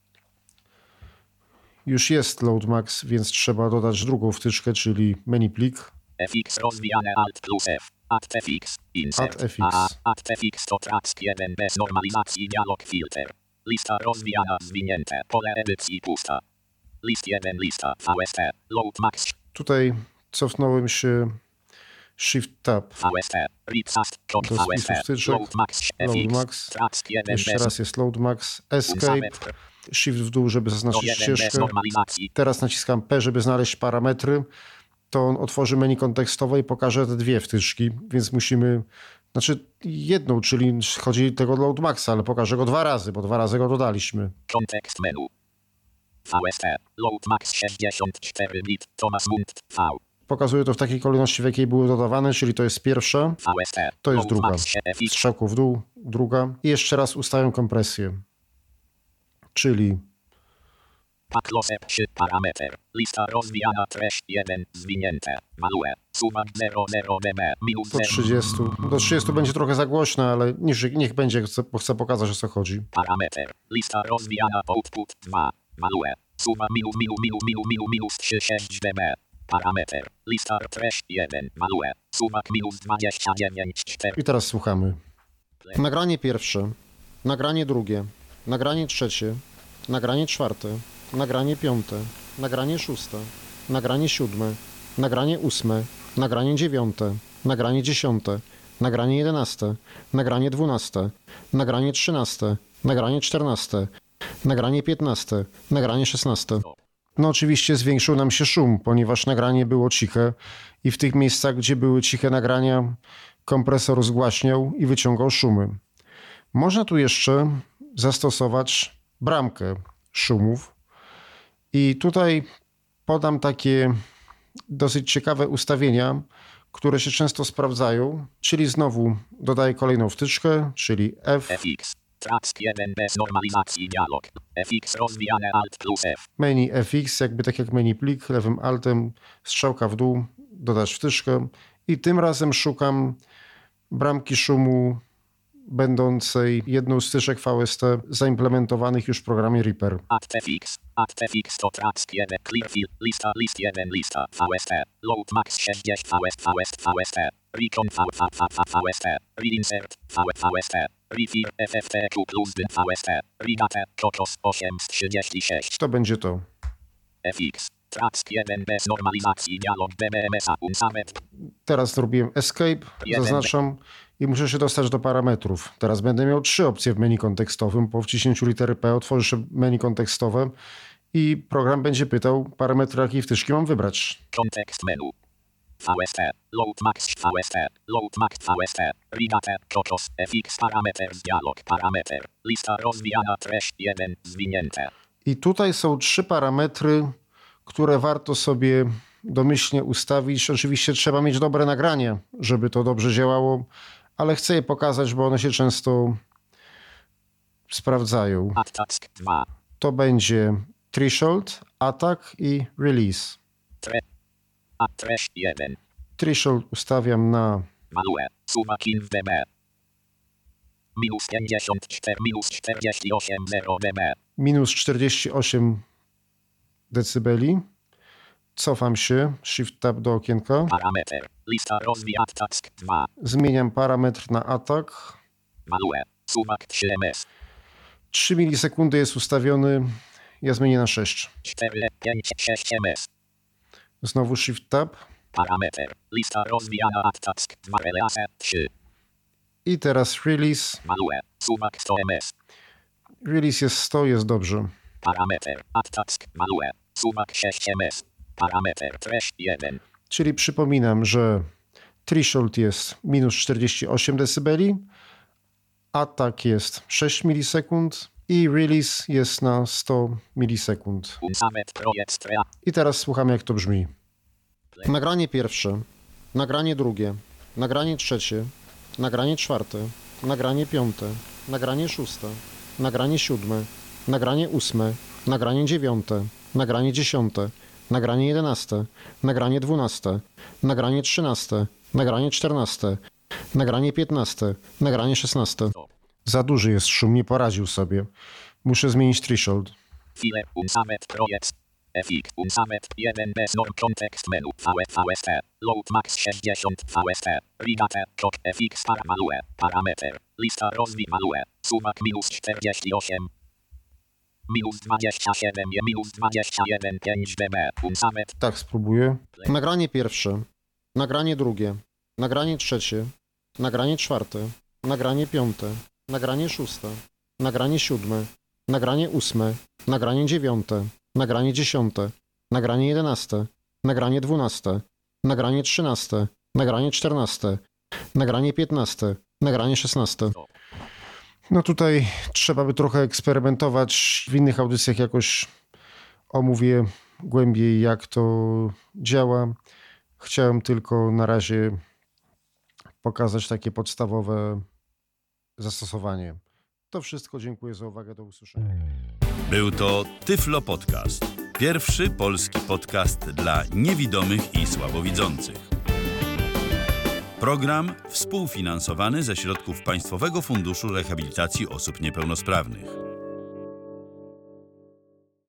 Już jest loadmax, więc trzeba dodać drugą wtyczkę, czyli menu plik. FX rozwijane Alt plus F. Add FX. Insert. Add FX. Add FX to track 1 bez normalizacji. Dialog filter. Lista rozwijana zwinięte. Pole edycji pusta. List 1 lista. VST. Loadmax. Tutaj cofnąłem się Shift Tab VST. Ripsast. Kod do spisu VST. wtyczek. Loadmax. Loadmax. Track 1 Jeszcze bez raz jest loadmax. Escape. Shift w dół, żeby zaznaczyć 1 bez ścieżkę. normalizacji. Teraz naciskam P, żeby znaleźć parametry. To on otworzy menu kontekstowe i pokaże te dwie wtyczki, więc musimy, znaczy jedną, czyli chodzi tego loadmaxa, ale pokaże go 2 razy, bo 2 razy go dodaliśmy. Kontekst menu. VST. Loadmax 64 bit. Thomas Mund. V. Pokazuje to w takiej kolejności, w jakiej były dodawane, czyli to jest pierwsza, VST. to jest druga. Loadmax FX. Strzałką w dół, druga. I jeszcze raz ustawiam kompresję, czyli Paklosep 3 parametr. Lista rozwijana treść 1 zwinięte. Value. Suwak 00 dB. Minus do 0. 30. Do 30 będzie trochę za głośno, ale niech będzie, bo chcę pokazać, o co chodzi. Parametr. Lista rozwijana output 2. Value. Suwa minus 3,6 dB. Parametr. Lista treść 1. Value. Suwak minus 29,4. I teraz słuchamy. Nagranie pierwsze, nagranie drugie, nagranie trzecie, nagranie czwarte, nagranie piąte, nagranie szóste, nagranie siódme, nagranie ósme, nagranie dziewiąte, nagranie dziesiąte, nagranie 11, nagranie 12, nagranie 13, nagranie 14, nagranie 15, nagranie 16. No oczywiście zwiększył nam się szum, ponieważ nagranie było ciche i w tych miejscach, gdzie były ciche nagrania, kompresor zgłaśniał i wyciągał szumy. Można tu jeszcze zastosować bramkę szumów i tutaj podam takie dosyć ciekawe ustawienia, które się często sprawdzają, czyli znowu dodaję kolejną wtyczkę, czyli F. FX. Track 1 bez normalizacji dialog. FX rozwijane Alt plus F. Menu FX, jakby tak jak menu plik, lewym altem, strzałka w dół, dodać wtyczkę i tym razem szukam bramki szumu będącej jedną z wtyczek VST zaimplementowanych już w programie Reaper. Add FX. Add FX to track 1. Clear field. Lista. List 1 lista. VST. Loadmax 60 VST. Recon VST. Reinsert VST. Refir FFTQ plus dyn VST. Redate. Kokos 8 z 36. To będzie to. FX. Track 1 bez normalizacji dialog DBMS-a. Unsavet. Teraz zrobiłem Escape, zaznaczam i muszę się dostać do parametrów. Teraz będę miał 3 opcje w menu kontekstowym. Po wciśnięciu litery P otworzy się menu kontekstowe i program będzie pytał parametry, jakiej wtyczki mam wybrać. Kontekst menu. VST. Loadmax VST. Loadmax VST. Redate. Kokos. FX parameters dialog. Parameter. Lista rozwijana treść 1 zwinięte. I tutaj są 3 parametry, które warto sobie domyślnie ustawić. Oczywiście trzeba mieć dobre nagranie, żeby to dobrze działało, ale chcę je pokazać, bo one się często sprawdzają. Attack 2. To będzie threshold, attack i release. Treść 1. Threshold ustawiam na Value. Suma kin w dB. Minus 54, minus 48, 0 dB. minus 48 decybeli. Cofam się, Shift Tab do okienka. Parametr. Lista rozwijat task 2. Zmieniam parametr na atak. Value. Sumak 3 ms. 3 milisekundy jest ustawiony. Ja zmienię na 6. 4, 5, 6 ms. Znowu Shift Tab. Parametr. Lista rozwijana at task 2 relase 3. I teraz release. Value. Sumak 100 ms. Release jest 100, jest dobrze. Parametr. At task. Value. Sumak 6 ms. Parametr. Treść 1. Czyli przypominam, że threshold jest minus 48 decybeli, atak jest 6 milisekund i release jest na 100 milisekund. Unsamet projekt. I teraz słuchamy, jak to brzmi. Nagranie pierwsze, nagranie drugie, nagranie trzecie, nagranie czwarte, nagranie piąte, nagranie szóste, nagranie siódme, nagranie ósme, nagranie dziewiąte, nagranie dziesiąte, nagranie 11, nagranie 12, nagranie 13, nagranie 14, nagranie 15, nagranie 16. Za duży jest szum, nie poradził sobie. Muszę zmienić threshold. File. Unsamet projekt. Efik. Unsamet 1 bez norm kontekst menu. VST. Load max 60. VST. Rigate. Kok. Efik star value. Parametr. Lista rozwij value. Sumak minus 48. Minus 27, minus 21, 5 dB. Unsamet. Tak, spróbuję. Nagranie pierwsze, nagranie drugie, nagranie trzecie, nagranie czwarte, nagranie piąte, nagranie szóste, nagranie siódme, nagranie ósme, nagranie dziewiąte, nagranie dziesiąte, nagranie 11, nagranie 12, nagranie 13, nagranie 14, nagranie 15, nagranie 16. No tutaj trzeba by trochę eksperymentować. W innych audycjach jakoś omówię głębiej, jak to działa. Chciałem tylko na razie pokazać takie podstawowe zastosowanie. To wszystko. Dziękuję za uwagę. Do usłyszenia. Był to Tyflo Podcast. Pierwszy polski podcast dla niewidomych i słabowidzących. Program współfinansowany ze środków Państwowego Funduszu Rehabilitacji Osób Niepełnosprawnych.